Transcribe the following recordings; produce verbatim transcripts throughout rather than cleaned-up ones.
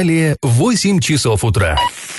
Далее восемь часов утра.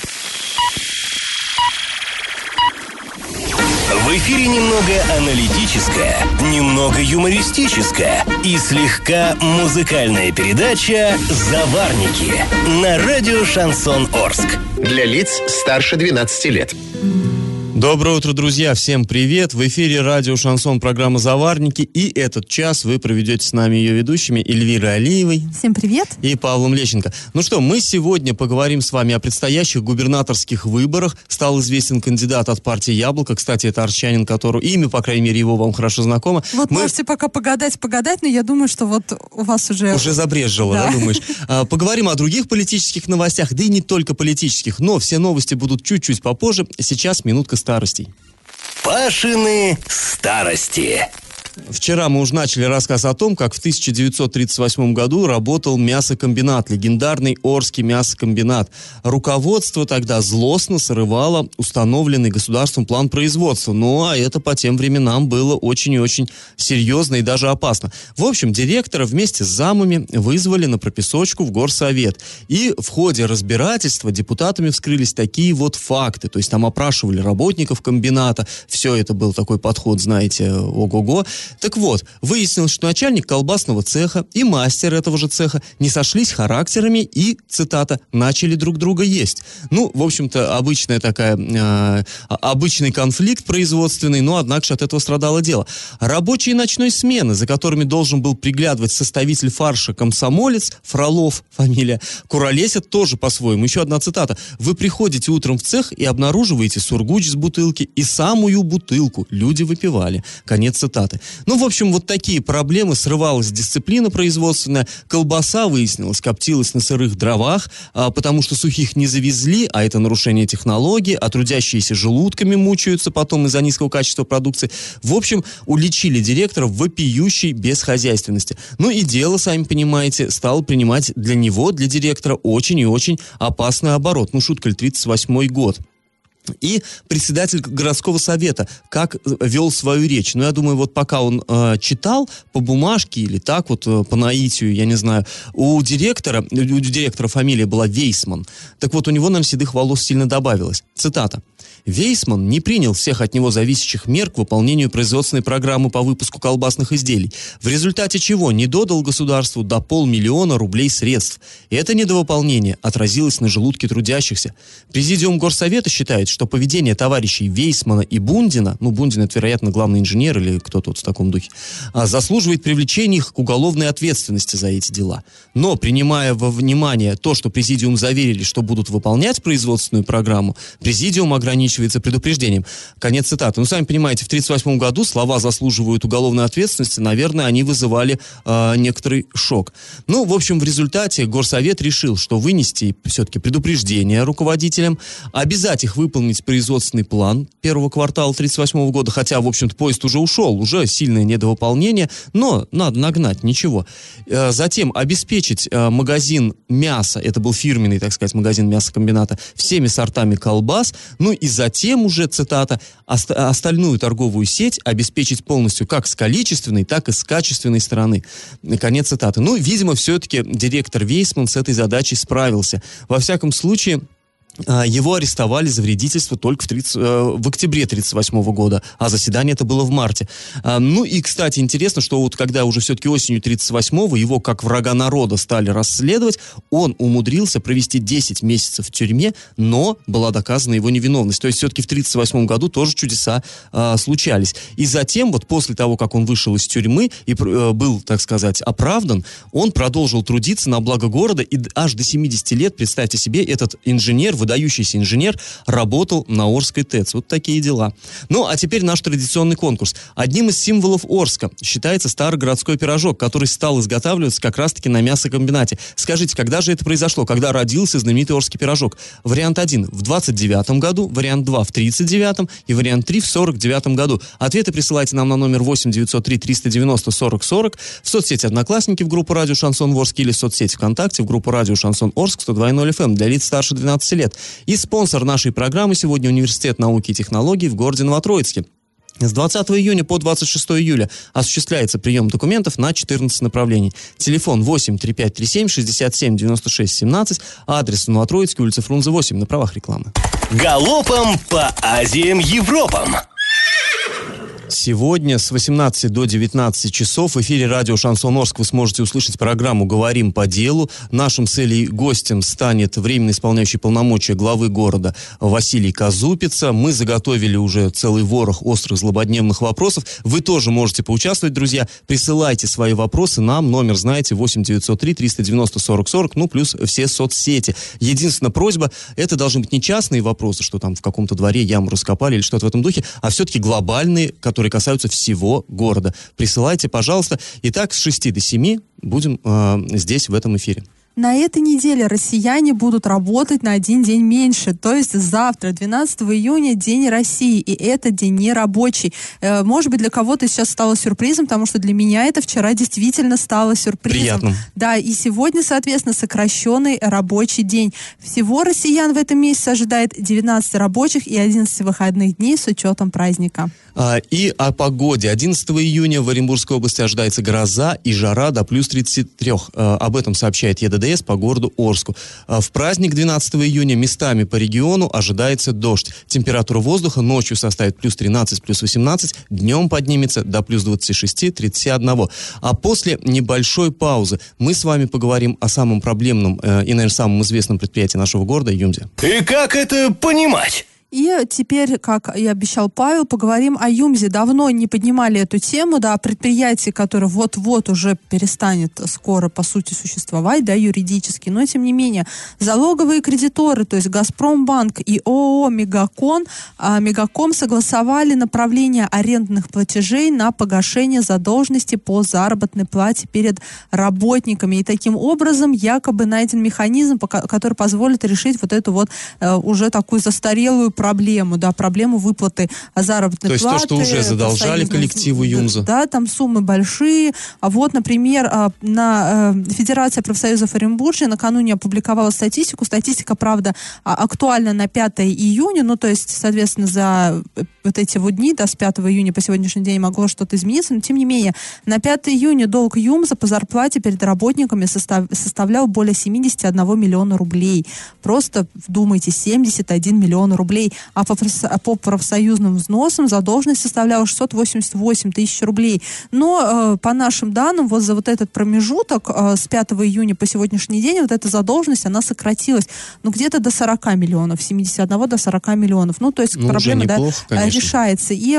В эфире немного аналитическая, немного юмористическая и слегка музыкальная передача «Заварники» на радио «Шансон Орск». Для лиц старше двенадцати лет. Доброе утро, друзья! Всем привет! В эфире радио «Шансон», программа «Заварники». И этот час вы проведете с нами ее ведущими Эльвирой Алиевой. Всем привет! И Павлом Лещенко. Ну что, мы сегодня поговорим с вами о предстоящих губернаторских выборах. Стал известен кандидат от партии «Яблоко». Кстати, это арчанин, которого имя, по крайней мере, его вам хорошо знакомо. Вот мы... можете пока погадать, погадать, но я думаю, что вот у вас уже... Уже забрезжило, да, да думаешь? А, поговорим о других политических новостях, да и не только политических, но все новости будут чуть-чуть попозже. Сейчас минутка старости. Пашины старости. Вчера мы уже начали рассказ о том, как в тысяча девятьсот тридцать восьмом году работал мясокомбинат, легендарный Орский мясокомбинат. Руководство тогда злостно срывало установленный государством план производства. Ну, а это по тем временам было очень и очень серьезно и даже опасно. В общем, директора вместе с замами вызвали на прописочку в горсовет. И в ходе разбирательства депутатами вскрылись такие вот факты. То есть там опрашивали работников комбината. Все это был такой подход, знаете, ого-го. Так вот, выяснилось, что начальник колбасного цеха и мастер этого же цеха не сошлись характерами и, цитата, начали друг друга есть. Ну, в общем-то, обычная такая, э, обычный конфликт производственный, но, однако же, от этого страдало дело. Рабочие ночной смены, за которыми должен был приглядывать составитель фарша комсомолец, Фролов фамилия, куролесят тоже по-своему. Еще одна цитата. Вы приходите утром в цех и обнаруживаете сургуч с бутылки, и самую бутылку люди выпивали. Конец цитаты. Ну, в общем, вот такие проблемы. Срывалась дисциплина производственная. Колбаса, выяснилось, коптилась на сырых дровах, а, потому что сухих не завезли, а это нарушение технологии, а трудящиеся желудками мучаются потом из-за низкого качества продукции. В общем, уличили директора в вопиющей бесхозяйственности. Ну и дело, сами понимаете, стало принимать для него, для директора, очень и очень опасный оборот. Ну, шутка ли, тридцать восьмой год. И председатель городского совета как вел свою речь. Ну, я думаю, вот пока он э, читал по бумажке или так вот э, по наитию, я не знаю, у директора, у директора фамилия была Вейсман. Так вот, у него нам седых волос сильно добавилось. Цитата. Вейсман не принял всех от него зависящих мер к выполнению производственной программы по выпуску колбасных изделий, в результате чего не додал государству до полмиллиона рублей средств. И это недовыполнение отразилось на желудке трудящихся. Президиум горсовета считает, что поведение товарищей Вейсмана и Бундина, ну, Бундин это, вероятно, главный инженер или кто-то вот в таком духе, заслуживает привлечения их к уголовной ответственности за эти дела. Но, принимая во внимание то, что президиум заверили, что будут выполнять производственную программу, президиум ограничивается предупреждением. Конец цитаты. Ну, сами понимаете, в тридцать восьмом году слова «заслуживают уголовной ответственности», наверное, они вызывали э, некоторый шок. Ну, в общем, в результате горсовет решил, что вынести все-таки предупреждение руководителям, обязать их выполнить производственный план первого квартала тридцать восьмого года, хотя, в общем-то, поезд уже ушел, уже сильное недовыполнение, но надо нагнать, ничего. Э, затем обеспечить э, магазин мяса, это был фирменный, так сказать, магазин мясокомбината, всеми сортами колбас, ну и затем уже, цитата, ост- остальную торговую сеть обеспечить полностью как с количественной, так и с качественной стороны. Конец цитаты. Ну, видимо, все-таки директор Вейсман с этой задачей справился. Во всяком случае, его арестовали за вредительство только в, тридцать, в октябре тридцать восьмого года, а заседание это было в марте. Ну и, кстати, интересно, что вот когда уже все-таки осенью тридцать восьмого его как врага народа стали расследовать, он умудрился провести десять месяцев в тюрьме, но была доказана его невиновность. То есть все-таки в тридцать восьмом году тоже чудеса а, случались. И затем, вот после того, как он вышел из тюрьмы и а, был, так сказать, оправдан, он продолжил трудиться на благо города, и аж до семидесяти лет, представьте себе, этот инженер, выдающийся инженер, работал на Орской ТЭЦ. Вот такие дела. Ну, а теперь наш традиционный конкурс. Одним из символов Орска считается старый городской пирожок, который стал изготавливаться как раз-таки на мясокомбинате. Скажите, когда же это произошло? Когда родился знаменитый Орский пирожок? Вариант один в двадцать девятом году, вариант два в тридцать девятом и вариант три в сорок девятом году. Ответы присылайте нам на номер восемь девятьсот три триста девяносто сорок сорок, в соцсети «Одноклассники» в группу «Радио Шансон Орск» или в соцсети ВКонтакте в группу «Радио Шансон Орск» сто два ноль эф эм для лиц старше двенадцати лет. И спонсор нашей программы сегодня Университет науки и технологий в городе Новотроицке. С двадцатого июня по двадцать шестого июля осуществляется прием документов на четырнадцать направлений. Телефон восемь три пять три семь шестьдесят семь девяносто шесть семнадцать, адрес Новотроицкий, улица Фрунзе восемь, на правах рекламы. Галопом по Азиям, Европам! Сегодня с восемнадцати до девятнадцати часов в эфире радио «Шансон Орск» вы сможете услышать программу «Говорим по делу». Нашим с Элей гостем станет временно исполняющий полномочия главы города Василий Казупица. Мы заготовили уже целый ворох острых злободневных вопросов. Вы тоже можете поучаствовать, друзья. Присылайте свои вопросы нам. Номер знаете, восемь девятьсот три триста девяносто сорок сорок, ну, плюс все соцсети. Единственная просьба, это должны быть не частные вопросы, что там в каком-то дворе яму раскопали или что-то в этом духе, а все-таки глобальные, которые касаются всего города. Присылайте, пожалуйста. Итак, с шести до семи будем э, здесь, в этом эфире. На этой неделе россияне будут работать на один день меньше. То есть завтра, двенадцатого июня, День России. И этот день не рабочий. Э, может быть, для кого-то сейчас стало сюрпризом, потому что для меня это вчера действительно стало сюрпризом. Приятно. Да, и сегодня, соответственно, сокращенный рабочий день. Всего россиян в этом месяце ожидает девятнадцать рабочих и одиннадцать выходных дней с учетом праздника. А, и о погоде. одиннадцатого июня в Оренбургской области ожидается гроза и жара до плюс тридцати трёх. А, об этом сообщает ЕДДС по городу Орску. А, в праздник двенадцатого июня местами по региону ожидается дождь. Температура воздуха ночью составит плюс тринадцать, плюс восемнадцать, днем поднимется до плюс двадцати шести, тридцати одного. А после небольшой паузы мы с вами поговорим о самом проблемном э, и, наверное, самом известном предприятии нашего города Юмзе. И как это понимать? И теперь, как и обещал Павел, поговорим о Юмзе. Давно не поднимали эту тему, да, о предприятии, которое вот-вот уже перестанет скоро, по сути, существовать, да, юридически. Но, тем не менее, залоговые кредиторы, то есть Газпромбанк и ООО «Мегакон», а, «Мегаком» согласовали направление арендных платежей на погашение задолженности по заработной плате перед работниками. И таким образом якобы найден механизм, который позволит решить вот эту вот э, уже такую застарелую проблему, да, проблему выплаты заработной платы. То есть то, что уже задолжали коллективу Юмза. Да, там суммы большие. А вот, например, на Федерация профсоюзов Оренбуржья накануне опубликовала статистику. Статистика, правда, актуальна на пятого июня, ну, то есть, соответственно, за вот эти вот дни, да, с пятого июня по сегодняшний день могло что-то измениться, но, тем не менее, на пятого июня долг Юмза по зарплате перед работниками состав, составлял более семьдесят один миллион рублей. Просто вдумайтесь, семьдесят один миллион рублей. А по, по профсоюзным взносам задолженность составляла шестьсот восемьдесят восемь тысяч рублей. Но э, по нашим данным, вот за вот этот промежуток э, с пятого июня по сегодняшний день вот эта задолженность, она сократилась, ну, где-то до сорока миллионов, семьдесят один до сорока миллионов. Ну, то есть ну, проблема, неплохо, да, решается. И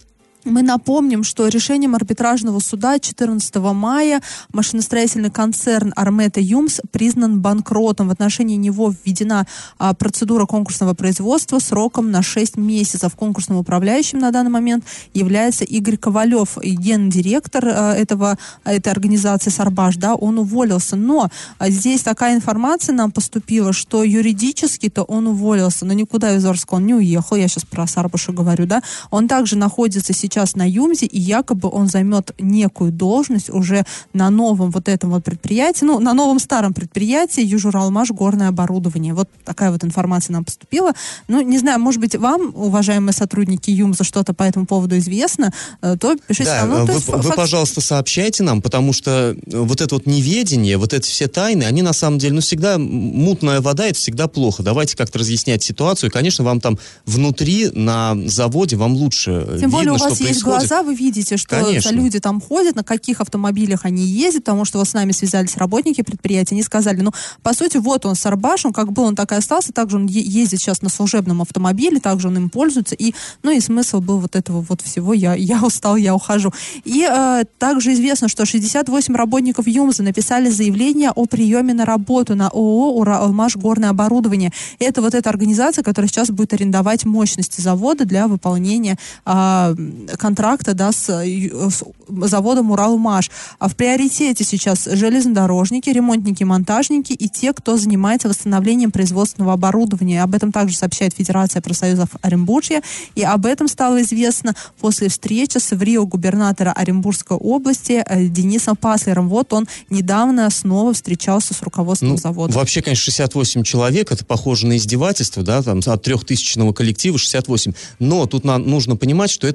мы напомним, что решением арбитражного суда четырнадцатого мая машиностроительный концерн Армета Юмс признан банкротом. В отношении него введена а, процедура конкурсного производства сроком на шесть месяцев. Конкурсным управляющим на данный момент является Игорь Ковалев, гендиректор а, этого, этой организации Сарбаш. Да, он уволился. Но а, здесь такая информация нам поступила, что юридически-то он уволился, но никуда из Орска он не уехал. Я сейчас про Сарбаша говорю, да. Он также находится сейчас на Юмзе, и якобы он займет некую должность уже на новом вот этом вот предприятии, ну, на новом старом предприятии Южуралмаш горное оборудование. Вот такая вот информация нам поступила. Ну, не знаю, может быть, вам, уважаемые сотрудники Юмза, что-то по этому поводу известно, то пишите да, нам. Ну, вы, есть, вы факт... пожалуйста, сообщайте нам, потому что вот это вот неведение, вот эти все тайны, они на самом деле, ну, всегда мутная вода, это всегда плохо. Давайте как-то разъяснять ситуацию. Конечно, вам там внутри, на заводе, вам лучше Тем видно, более у вас что есть происходит. глаза, вы видите, что Конечно. люди там ходят, на каких автомобилях они ездят, потому что вот с нами связались работники предприятия, они сказали, ну, по сути, вот он Сарбаш, он как был, он так и остался, также он е- ездит сейчас на служебном автомобиле, также он им пользуется, и, ну, и смысл был вот этого вот всего, я, я устал, я ухожу. И э, также известно, что шестьдесят восемь работников Юмза написали заявление о приеме на работу на ООО «Уралмаш горное оборудование». Это вот эта организация, которая сейчас будет арендовать мощности завода для выполнения э, контракта, да, с, с заводом «Уралмаш». А в приоритете сейчас железнодорожники, ремонтники, монтажники и те, кто занимается восстановлением производственного оборудования. Об этом также сообщает Федерация профсоюзов Оренбуржья. И об этом стало известно после встречи с рио-губернатора Оренбургской области Денисом Паслером. Вот он недавно снова встречался с руководством ну, завода. Вообще, конечно, шестьдесят восемь человек, это похоже на издевательство, да, там от трехтысячного коллектива шестьдесят восемь. Но тут нам нужно понимать, что это пока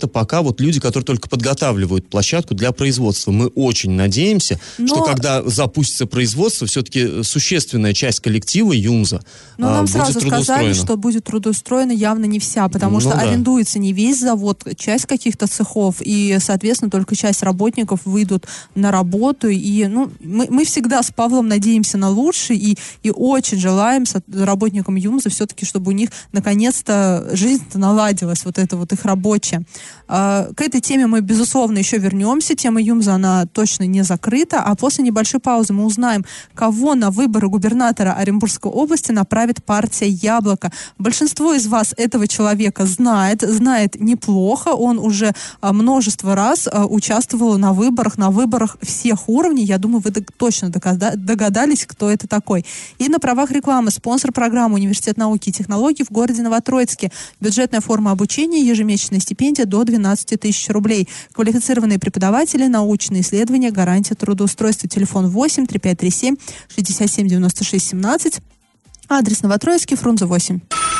вот люди, которые только подготавливают площадку для производства. Мы очень надеемся, Но... что когда запустится производство, все-таки существенная часть коллектива ЮМЗа Но а, нам будет сразу сказали, что будет трудоустроена явно не вся, потому ну, что да. арендуется не весь завод, часть каких-то цехов, и, соответственно, только часть работников выйдут на работу. И ну, мы, мы всегда с Павлом надеемся на лучшее и, и очень желаем работникам ЮМЗа все-таки, чтобы у них наконец-то жизнь-то наладилась, вот это вот их рабочая. А, к этой теме мы, безусловно, еще вернемся. Тема ЮМЗа, она точно не закрыта, а после небольшой паузы мы узнаем, кого на выборы губернатора Оренбургской области направит партия «Яблоко». Большинство из вас этого человека знает, знает неплохо. Он уже а, множество раз а, участвовал на выборах, на выборах всех уровней. Я думаю, вы д- точно догадались, кто это такой. И на правах рекламы спонсор программы «Университет науки и технологий» в городе Новотроицке. Бюджетная форма обучения, ежемесячная стипендия до двенадцать тысяч рублей. Квалифицированные преподаватели, научные исследования, гарантия трудоустройства. Телефон восемь три пять три семь шестьдесят семь девяносто шесть семнадцать. Адрес Новотроицкий, Фрунзе восемь.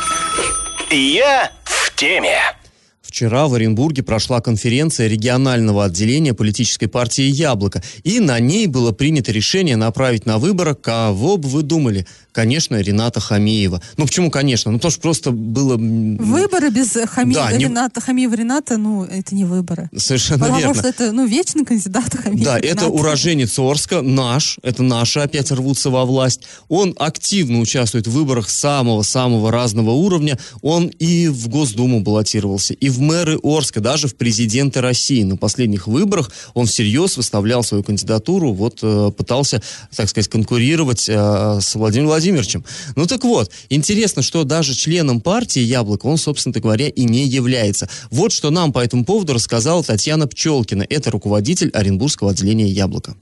Я в теме. Вчера в Оренбурге прошла конференция регионального отделения политической партии «Яблоко», и на ней было принято решение направить на выборы, кого бы вы думали? Конечно, Рената Хамиева. Ну, почему конечно? Ну, потому что просто было... Выборы без Хами... да, Рената, не... Хамиева Рената, ну, это не выборы. Совершенно потому верно. Потому что это, ну, вечный кандидат Хамиева Да, Рената. это уроженец Орска, наш, это наши опять рвутся во власть. Он активно участвует в выборах самого-самого разного уровня. Он и в Госдуму баллотировался, и в мэры Орска, даже в президенты России. На последних выборах он всерьез выставлял свою кандидатуру, вот э, пытался, так сказать, конкурировать э, с Владимиром Владимировичем. Ну так вот, интересно, что даже членом партии «Яблоко» он, собственно говоря, и не является. Вот что нам по этому поводу рассказала Татьяна Пчелкина. Это руководитель Оренбургского отделения «Яблоко».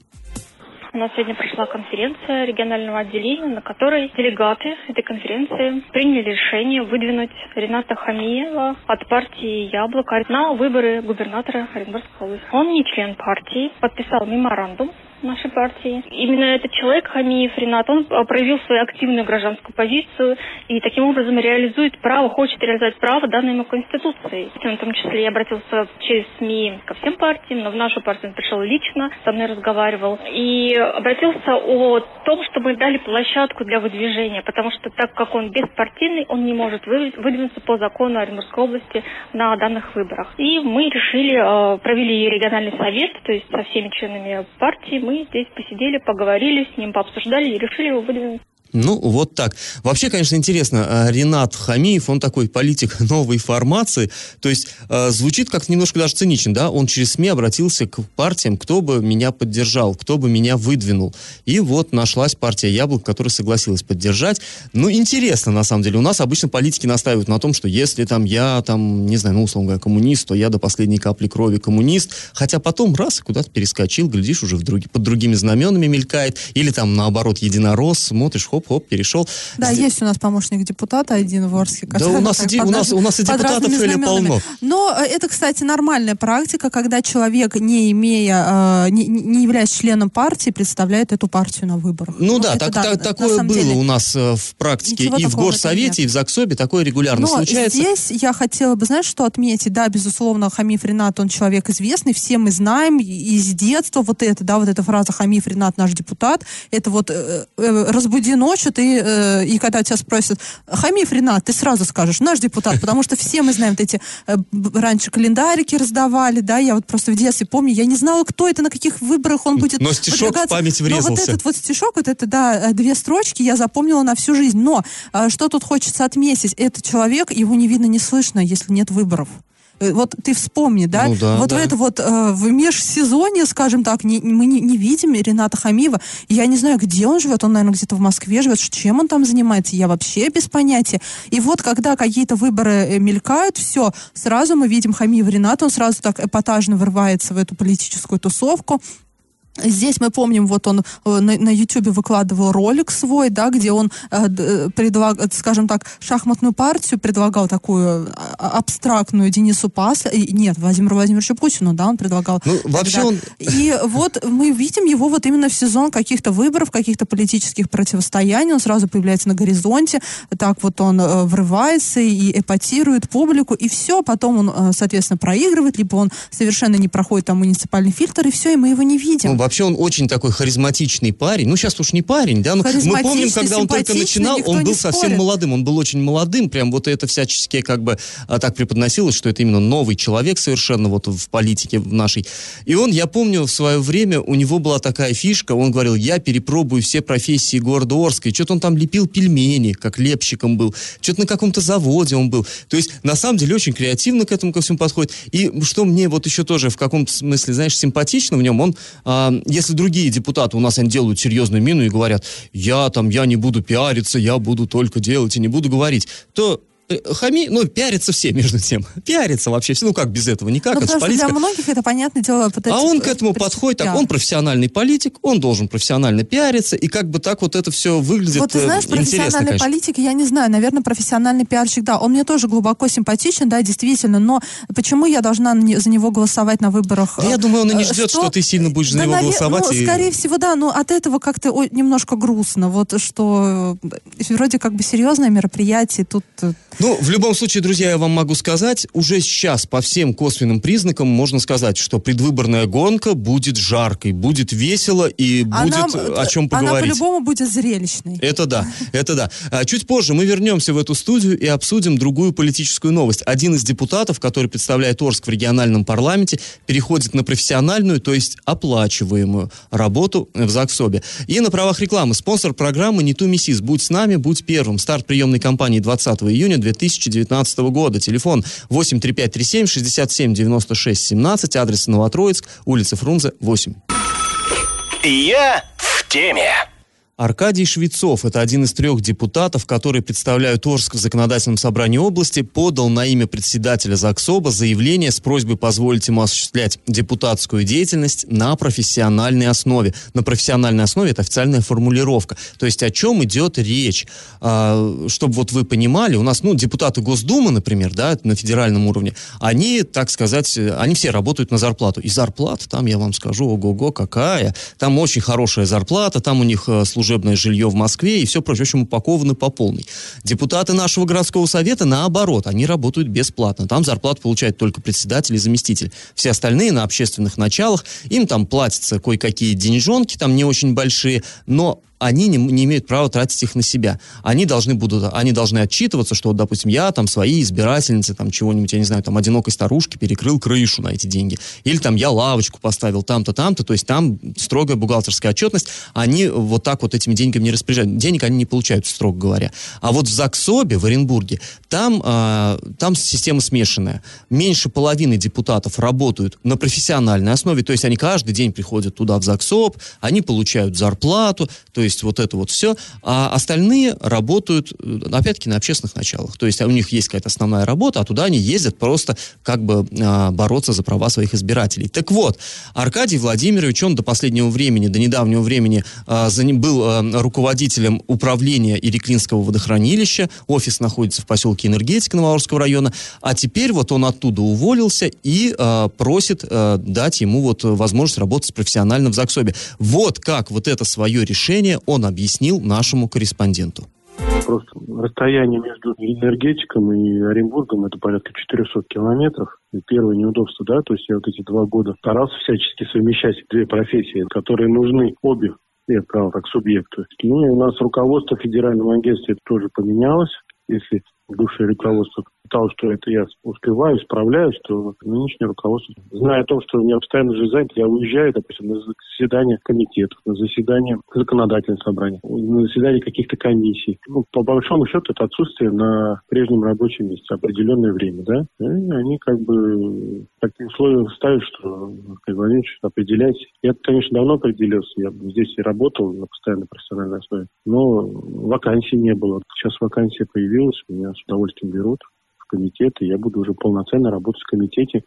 У нас сегодня прошла конференция регионального отделения, на которой делегаты этой конференции приняли решение выдвинуть Рената Хамиева от партии «Яблоко» на выборы губернатора Оренбургской области. Он не член партии, подписал меморандум нашей партии. Именно этот человек, Хамиев Ренат, он проявил свою активную гражданскую позицию и таким образом реализует право, хочет реализовать право, данное ему Конституцией. Он в том числе и обратился через СМИ ко всем партиям, но в нашу партию он пришел лично, со мной разговаривал и обратился о том, чтобы дали площадку для выдвижения, потому что так как он беспартийный, он не может выдвинуться по закону Оренбургской области на данных выборах. И мы решили, провели региональный совет, то есть со всеми членами партии, мы Мы здесь посидели, поговорили с ним, пообсуждали и решили его выдвинуть. Ну, вот так. Вообще, конечно, интересно, Ренат Хамиев, он такой политик новой формации, то есть э, звучит как немножко даже цинично, да, он через СМИ обратился к партиям, кто бы меня поддержал, кто бы меня выдвинул. И вот нашлась партия «Яблоко», которая согласилась поддержать. Ну, интересно, на самом деле. У нас обычно политики настаивают на том, что если там я, там, не знаю, ну, условно говоря, коммунист, то я до последней капли крови коммунист, хотя потом раз и куда-то перескочил, глядишь, уже в друг... под другими знаменами мелькает, или там, наоборот, единорос, смотришь, хоп, хоп, перешел. Да, Здесь... есть у нас помощник депутата один в Орске. Да, у нас, иди, у, нас, у нас и депутатов или полно. Но это, кстати, нормальная практика, когда человек, не имея, не, не являясь членом партии, представляет эту партию на выборах. Ну, ну да, это, так, да, так, такое было деле. у нас в практике. Ничего и в Горсовете, и в Заксобе такое регулярно Но случается. Здесь я хотела бы, знаешь, что отметить? Да, безусловно, Хамиев Ренат, он человек известный, все мы знаем из детства вот это, да, вот эта фраза «Хамиев Ренат наш депутат», это вот э, э, «разбуди ночью», ты, э, и когда тебя спросят «Хамиев Ренат», ты сразу скажешь «наш депутат», потому что все мы знаем вот эти э, раньше календарики раздавали, да, я вот просто в детстве помню, я не знала, кто это, на каких выборах он будет. Но стишок в память врезался. Но вот этот вот стишок, вот это, да, две строчки я запомнила на всю жизнь. Но э, что тут хочется отметить, этот человек, его не видно, не слышно, если нет выборов. Вот ты вспомни, да, ну, да вот да. в это вот э, в межсезонье, скажем так, не, мы не, не видим Рената Хамиева. Я не знаю, где он живет, он, наверное, где-то в Москве живет, чем он там занимается, я вообще без понятия. И вот когда какие-то выборы мелькают, все, сразу мы видим Хамиева Рената, он сразу так эпатажно врывается в эту политическую тусовку. Здесь мы помним, вот он на, на YouTube выкладывал ролик свой, да, где он, э, предлагал, скажем так, шахматную партию предлагал такую абстрактную Денису Пасле, нет, Владимиру Владимировичу Путину, да, он предлагал. Ну, вообще он... И вот мы видим его вот именно в сезон каких-то выборов, каких-то политических противостояний, он сразу появляется на горизонте, так вот он э, врывается и эпатирует публику, и все, потом он, э, соответственно, проигрывает, либо он совершенно не проходит там муниципальный фильтр, и все, и мы его не видим. Ну, вообще он очень такой харизматичный парень. Ну, сейчас уж не парень, да? Но мы помним, когда он только начинал, он был совсем спорит. молодым. Он был очень молодым. Прям вот это всячески как бы а, так преподносилось, что это именно новый человек совершенно вот в политике в нашей. И он, я помню, в свое время у него была такая фишка. Он говорил, я перепробую все профессии города Орска. И что-то он там лепил пельмени, как лепщиком был. Что-то на каком-то заводе он был. То есть, на самом деле, очень креативно к этому ко всему подходит. И что мне вот еще тоже в каком-то смысле, знаешь, симпатично в нем, он... А, если другие депутаты у нас они делают серьезную мину и говорят, я там, я не буду пиариться, я буду только делать и не буду говорить, то хами, ну, пиарятся все между тем. Пиарятся вообще все. Ну, как без этого? Никак. Ну, это потому что политика. для многих это, понятное дело, пытается... А он к этому подходит, так, он профессиональный политик, он должен профессионально пиариться, и как бы так вот это все выглядит. Вот ты знаешь, профессиональный политик, я не знаю, наверное, профессиональный пиарщик, да, он мне тоже глубоко симпатичен, да, действительно, но почему я должна за него голосовать на выборах? Да я думаю, он и не ждет, что, что ты сильно будешь за да, него навер... голосовать. Ну, и... скорее всего, да, но от этого как-то немножко грустно, вот, что вроде как бы серьезное мероприятие, тут... Ну, в любом случае, друзья, я вам могу сказать, уже сейчас по всем косвенным признакам можно сказать, что предвыборная гонка будет жаркой, будет весело и будет она, о чем поговорить. Она по-любому будет зрелищной. Это да, это да. А чуть позже мы вернемся в эту студию и обсудим другую политическую новость. Один из депутатов, который представляет Орск в региональном парламенте, переходит на профессиональную, то есть оплачиваемую работу в ЗАГСОБе. И на правах рекламы спонсор программы «Не ту миссис». Будь с нами, будь первым. Старт приемной кампании двадцатого июня две тысячи девятнадцатого года. Телефон восемь три пять три семь шестьдесят семь девяносто шесть семнадцать, адрес Новотроицк, улица Фрунзе, восемь. Я в теме. Аркадий Швецов, это один из трех депутатов, которые представляют Орск в законодательном собрании области, подал на имя председателя ЗАГСОБа заявление с просьбой позволить ему осуществлять депутатскую деятельность на профессиональной основе. На профессиональной основе это официальная формулировка. То есть о чем идет речь? А, чтобы вот вы понимали, у нас, ну, депутаты Госдумы, например, да, на федеральном уровне, они, так сказать, они все работают на зарплату. И зарплата там, я вам скажу, ого-го, какая. Там очень хорошая зарплата, там у них служебная служебное жилье в Москве и все прочее, в общем, упакованы по полной. Депутаты нашего городского совета, наоборот, они работают бесплатно. Там зарплату получают только председатель и заместитель. Все остальные на общественных началах, им там платятся кое-какие деньжонки, там не очень большие, но они не, не имеют права тратить их на себя. Они должны будут, они должны отчитываться, что, допустим, я там своей избирательнице, там чего-нибудь, я не знаю, там одинокой старушке перекрыл крышу на эти деньги. Или там я лавочку поставил там-то, там-то. То есть там строгая бухгалтерская отчетность. Они вот так вот этими деньгами не распоряжаются. Денег они не получают, строго говоря. А вот в ЗАГСОБе, в Оренбурге, там, э, там система смешанная. Меньше половины депутатов работают на профессиональной основе. То есть они каждый день приходят туда, в ЗАГСОБ, они получают зарплату, то есть вот это вот все, а остальные работают, опять-таки, на общественных началах. То есть у них есть какая-то основная работа, а туда они ездят просто как бы а, бороться за права своих избирателей. Так вот, Аркадий Владимирович, он до последнего времени, до недавнего времени а, за ним был а, руководителем управления Иреклинского водохранилища, офис находится в поселке Энергетика Новоорского района, а теперь вот он оттуда уволился и а, просит а, дать ему вот возможность работать профессионально в ЗАГСОБе. Вот как вот это свое решение он объяснил нашему корреспонденту. Просто расстояние между Энергетиком и Оренбургом это порядка четыреста километров. И первое неудобство, да, то есть я вот эти два года старался всячески совмещать две профессии, которые нужны обе, я сказал так, субъекту. Ну и у нас руководство федерального агентства тоже поменялось. Если в душе руководство считало, что это я успеваю, справляюсь, то нынешнее руководство, зная о том, что у меня постоянно же занят, я уезжаю, допустим, на заседание комитетов, на заседание законодательного собрания, на заседание каких-то комиссий. Ну, по большому счету, это отсутствие на прежнем рабочем месте определенное время, да? И они как бы такие условия ставят, что, как Владимирович, определяйте. Я, конечно, давно определился, я здесь и работал на постоянной профессиональной основе, но вакансий не было. Сейчас вакансия появилась, меня с удовольствием берут в комитет, и я буду уже полноценно работать в комитете,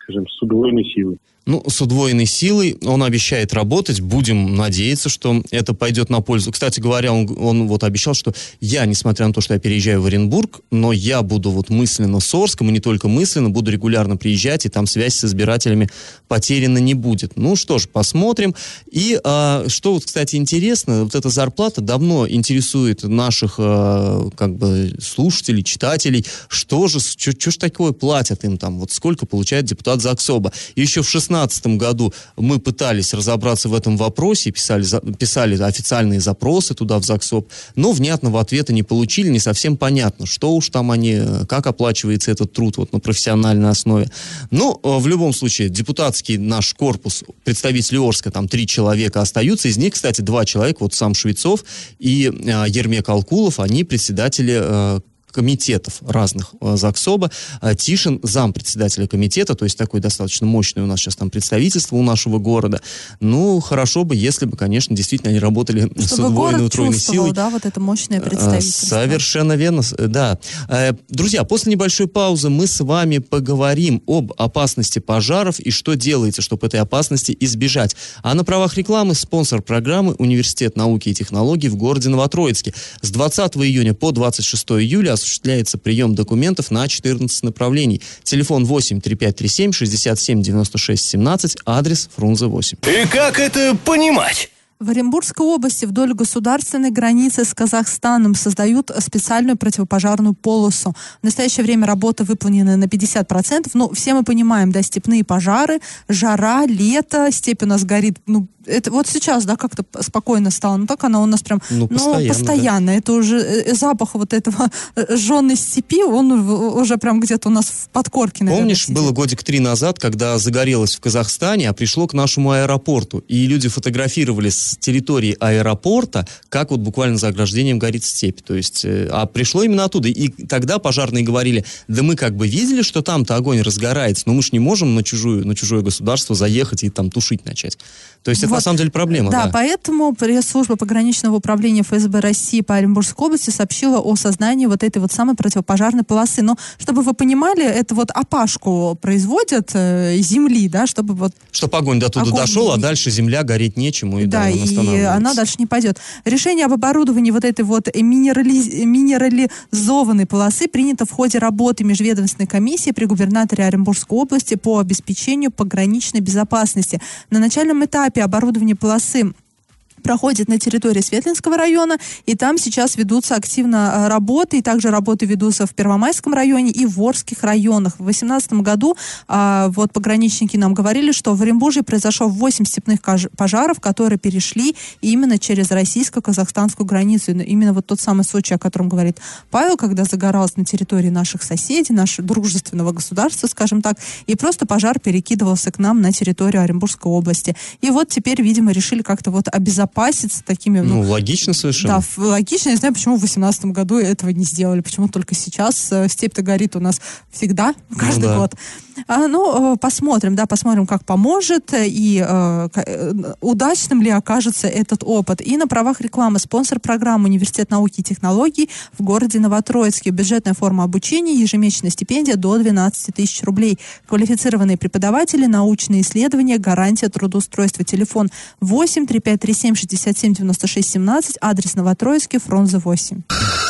скажем, с удвоенной силой. Ну, с удвоенной силой он обещает работать. Будем надеяться, что это пойдет на пользу. Кстати говоря, он, он вот обещал, что я, несмотря на то, что я переезжаю в Оренбург, но я буду вот мысленно с Орском, и не только мысленно, буду регулярно приезжать, и там связь с избирателями потеряна не будет. Ну что ж, посмотрим. И а, что вот, кстати, интересно, вот эта зарплата давно интересует наших а, как бы слушателей, читателей. Что же, что ж такое платят им там? Вот сколько получает депутат Заксоба? И еще в шестнадцатом году мы пытались разобраться в этом вопросе, писали, писали официальные запросы туда в Заксоб, но внятного ответа не получили, не совсем понятно, что уж там они, как оплачивается этот труд вот на профессиональной основе. Но в любом случае депутатский наш корпус, представители Орска, там три человека остаются, из них, кстати, два человека, вот сам Швецов и э, Ермек Алкулов, они председатели э, комитетов разных Заксоба. Тишин зампредседателя комитета, то есть такое достаточно мощное у нас сейчас там представительство у нашего города. Ну, хорошо бы, если бы, конечно, действительно они работали чтобы с удвоенной, утроенной силой. Да, вот это мощное представительство. Совершенно верно, да. Друзья, после небольшой паузы мы с вами поговорим об опасности пожаров и что делается, чтобы этой опасности избежать. А на правах рекламы спонсор программы Университет науки и технологий в городе Новотроицке. С двадцатого июня по двадцать шестого июля осуществляется прием документов на четырнадцать направлений. Телефон восемь три пять три семь шестьдесят семь девяносто шесть семнадцать, адрес Фрунзе восемь. И как это понимать? В Оренбургской области вдоль государственной границы с Казахстаном создают специальную противопожарную полосу. В настоящее время работа выполнена на пятьдесят процентов. Ну, все мы понимаем, да, степные пожары, жара, лето, степь у нас горит, ну, это вот сейчас, да, как-то спокойно стало, но так она у нас прям, ну, постоянно. Ну, постоянно. Да. Это уже запах вот этого жженой степи, он уже прям где-то у нас в подкорке, наверное. Помнишь, сидит. было годик три назад, когда загорелось в Казахстане, а пришло к нашему аэропорту, и люди фотографировали с территории аэропорта, как вот буквально за ограждением горит степь. То есть, а пришло именно оттуда. И тогда пожарные говорили, да мы как бы видели, что там-то огонь разгорается, но мы же не можем на, чужую, на чужое государство заехать и там тушить начать. То есть, вот. Это на самом деле проблема. Да, да. Поэтому пресс-служба пограничного управления эф эс бэ России по Оренбургской области сообщила о создании вот этой вот самой противопожарной полосы. Но, чтобы вы понимали, это вот опашку производят э, земли, да, чтобы вот... Чтобы огонь до туда огонь дошел, не... а дальше земля гореть нечему, и да, да, и она дальше не пойдет. Решение об оборудовании вот этой вот минерали... минерализованной полосы принято в ходе работы межведомственной комиссии при губернаторе Оренбургской области по обеспечению пограничной безопасности. На начальном этапе оборудование полосы проходит на территории Светлинского района, и там сейчас ведутся активно работы, и также работы ведутся в Первомайском районе и в Орских районах. В две тысячи восемнадцатом году а, вот пограничники нам говорили, что в Оренбурге произошло восемь степных пожаров, которые перешли именно через российско-казахстанскую границу. Именно вот тот самый случай, о котором говорит Павел, когда загоралось на территории наших соседей, нашего дружественного государства, скажем так, и просто пожар перекидывался к нам на территорию Оренбургской области. И вот теперь, видимо, решили как-то вот обезопасить такими... Ну, ну, логично совершенно. Да, логично. Я не знаю, почему в две тысячи восемнадцатом году этого не сделали. Почему только сейчас. Степь-то горит у нас всегда, каждый ну, да. год. А, ну, посмотрим, да, посмотрим, как поможет и э, удачным ли окажется этот опыт. И на правах рекламы спонсор программы Университет науки и технологий в городе Новотроицке. Бюджетная форма обучения, ежемесячная стипендия до двенадцать тысяч рублей. Квалифицированные преподаватели, научные исследования, гарантия трудоустройства. Телефон восемь три пять три семь шестьдесят семь девяносто шесть семнадцать, адрес Новотроицкий, Фрунзе восемь.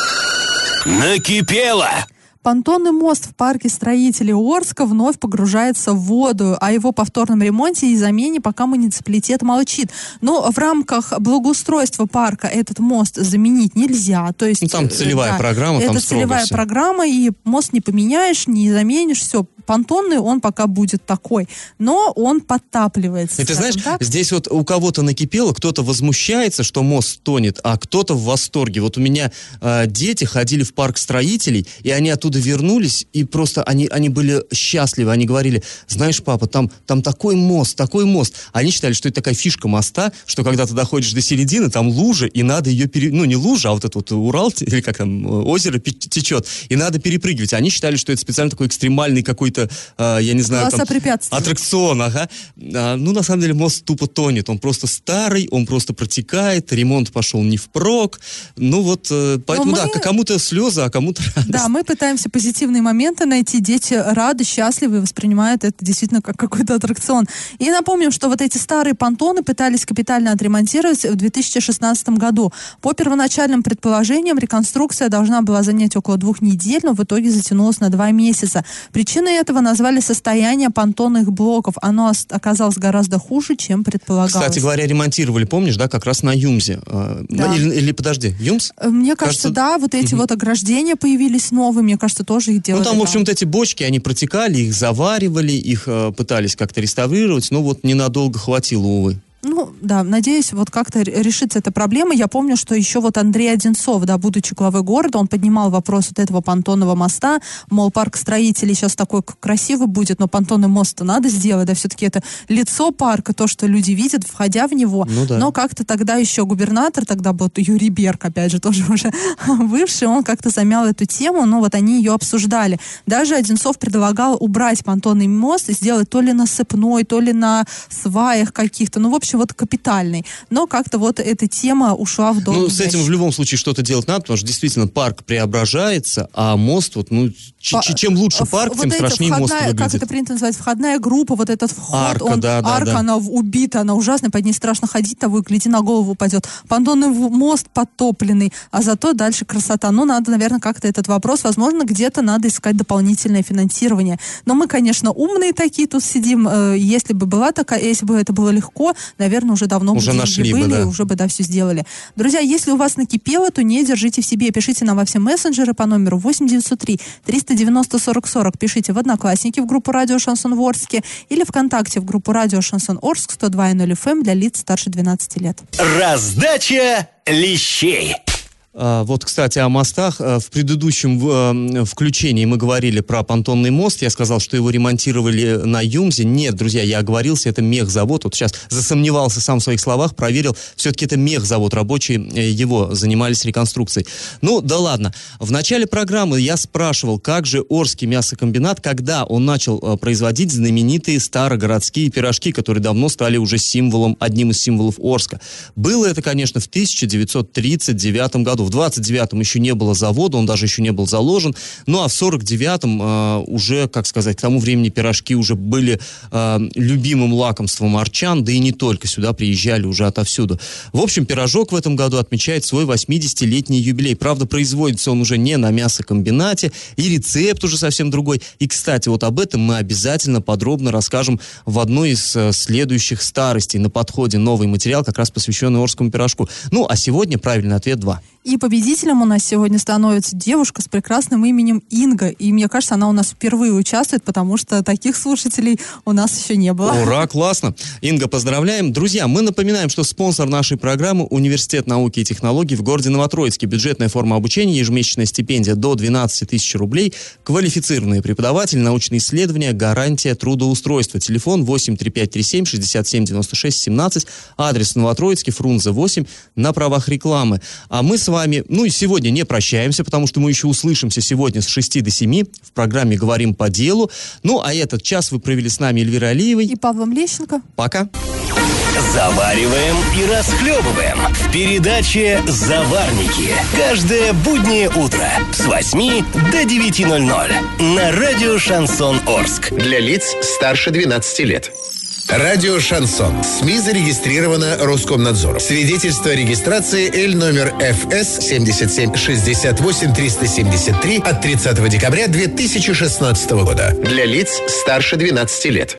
Накипело! Понтонный мост в парке строителей Орска вновь погружается в воду. О его повторном ремонте и замене пока муниципалитет молчит. Но в рамках благоустройства парка этот мост заменить нельзя. То есть, ну, там целевая да, программа, там это строго целевая все. программа, и мост не поменяешь, не заменишь, все. Понтонный, он пока будет такой, но он подтапливается. И ты знаешь, так. здесь вот у кого-то накипело, кто-то возмущается, что мост тонет, а кто-то в восторге. Вот у меня э, дети ходили в парк строителей, и они оттуда вернулись, и просто они, они были счастливы. Они говорили, знаешь, папа, там, там такой мост, такой мост. Они считали, что это такая фишка моста, что когда ты доходишь до середины, там лужа, и надо ее пере... Ну, не лужа, а вот этот вот Урал, или как там, озеро течет, и надо перепрыгивать. Они считали, что это специально такой экстремальный какой-то я не знаю, там, аттракцион, ага. А, ну, на самом деле, мост тупо тонет. Он просто старый, он просто протекает, ремонт пошел не впрок. Ну, вот, поэтому, мы... да, кому-то слезы, а кому-то радость. Да, мы пытаемся стараемся позитивные моменты найти. Дети рады, счастливы, воспринимают это действительно как какой-то аттракцион. И напомним, что вот эти старые понтоны пытались капитально отремонтировать в две тысячи шестнадцатом году. По первоначальным предположениям, реконструкция должна была занять около двух недель, но в итоге затянулась на два месяца. Причиной этого назвали состояние понтонных блоков. Оно оказалось гораздо хуже, чем предполагалось. Кстати говоря, ремонтировали, помнишь, да, как раз на Юмзе. Да. Или, или, подожди, Юмз? Мне кажется, кажется, да, вот эти угу. вот ограждения появились новые, мне кажется, тоже их делали. Ну, там, в общем-то, эти бочки, они протекали, их заваривали, их э, пытались как-то реставрировать, но вот ненадолго хватило, увы. Ну, да, надеюсь, вот как-то решится эта проблема. Я помню, что еще вот Андрей Одинцов, да, будучи главой города, он поднимал вопрос вот этого понтонного моста, мол, парк строителей сейчас такой красивый будет, но понтонный мост-то надо сделать, да, все-таки это лицо парка, то, что люди видят, входя в него. Ну, да. Но как-то тогда еще губернатор, тогда был Юрий Берг, опять же, тоже уже бывший, он как-то замял эту тему, но вот они ее обсуждали. Даже Одинцов предлагал убрать понтонный мост и сделать то ли насыпной, то ли на сваях каких-то, ну, в общем, вот капитальный. Но как-то вот эта тема ушла в долгий Ну, с этим в любом случае что-то делать надо, потому что действительно парк преображается, а мост, вот, ну, ч- ч- чем лучше парк, вот тем страшнее входная, мост выглядит. Как это принято называть? Входная группа, вот этот вход, арка, он, да, да, арка, да. она убита, она ужасная, под ней страшно ходить, того и гляди, на голову упадет. Понтонный мост подтопленный, а зато дальше красота. Ну, надо, наверное, как-то этот вопрос, возможно, где-то надо искать дополнительное финансирование. Но мы, конечно, умные такие тут сидим. Если бы была такая, если бы это было легко, наверное, уже давно уже бы нашли были, бы, да. уже бы, да, все сделали. Друзья, если у вас накипело, то не держите в себе. Пишите нам во все мессенджеры по номеру восемь девятьсот три триста девяносто сорок сорок. Пишите в Одноклассники в группу Радио Шансон в Орске или ВКонтакте в группу Радио Шансон Орск сто два и ноль эф эм для лиц старше двенадцати лет. Раздача лещей. Вот, кстати, о мостах. В предыдущем включении мы говорили про понтонный мост. Я сказал, что его ремонтировали на Юмзе. Нет, друзья, я оговорился, это мехзавод. Вот сейчас засомневался сам в своих словах, проверил. Все-таки это мехзавод, рабочие его занимались реконструкцией. Ну, да ладно. В начале программы я спрашивал, как же Орский мясокомбинат, когда он начал производить знаменитые старогородские пирожки, которые давно стали уже символом, одним из символов Орска. Было это, конечно, в тысяча девятьсот тридцать девятом году. В двадцать девятом еще не было завода, он даже еще не был заложен. Ну, а в сорок девятом э, уже, как сказать, к тому времени пирожки уже были э, любимым лакомством арчан, да и не только, сюда приезжали уже отовсюду. В общем, пирожок в этом году отмечает свой восьмидесятилетний юбилей. Правда, производится он уже не на мясокомбинате, и рецепт уже совсем другой. И, кстати, вот об этом мы обязательно подробно расскажем в одной из э, следующих старостей. На подходе новый материал, как раз посвященный Орскому пирожку. Ну, а сегодня правильный ответ два. И победителем у нас сегодня становится девушка с прекрасным именем Инга. И мне кажется, она у нас впервые участвует, потому что таких слушателей у нас еще не было. Ура, классно. Инга, поздравляем. Друзья, мы напоминаем, что спонсор нашей программы — Университет науки и технологий в городе Новотроицке. Бюджетная форма обучения, ежемесячная стипендия до двенадцати тысяч рублей, квалифицированные преподаватели, научные исследования, гарантия трудоустройства. Телефон восемь три пять три семь шестьдесят семь девяносто шесть семнадцать, адрес Новотроицкий, Фрунзе восемь, на правах рекламы. А мы с вами вами, ну и сегодня не прощаемся, потому что мы еще услышимся сегодня с шести до семи в программе «Говорим по делу». Ну, а этот час вы провели с нами Эльвирой Алиевой и Павлом Лещенко. Пока. Завариваем и расхлебываем в передаче «Заварники». Каждое буднее утро с восьми до девяти ноль ноль на радио «Шансон Орск». Для лиц старше двенадцати лет. Радио «Шансон». СМИ зарегистрировано Роскомнадзором. Свидетельство о регистрации Л номер Ф С семьдесят семь шестьдесят восемь триста семьдесят три от тридцатого декабря две тысячи шестнадцатого года. Для лиц старше двенадцати лет.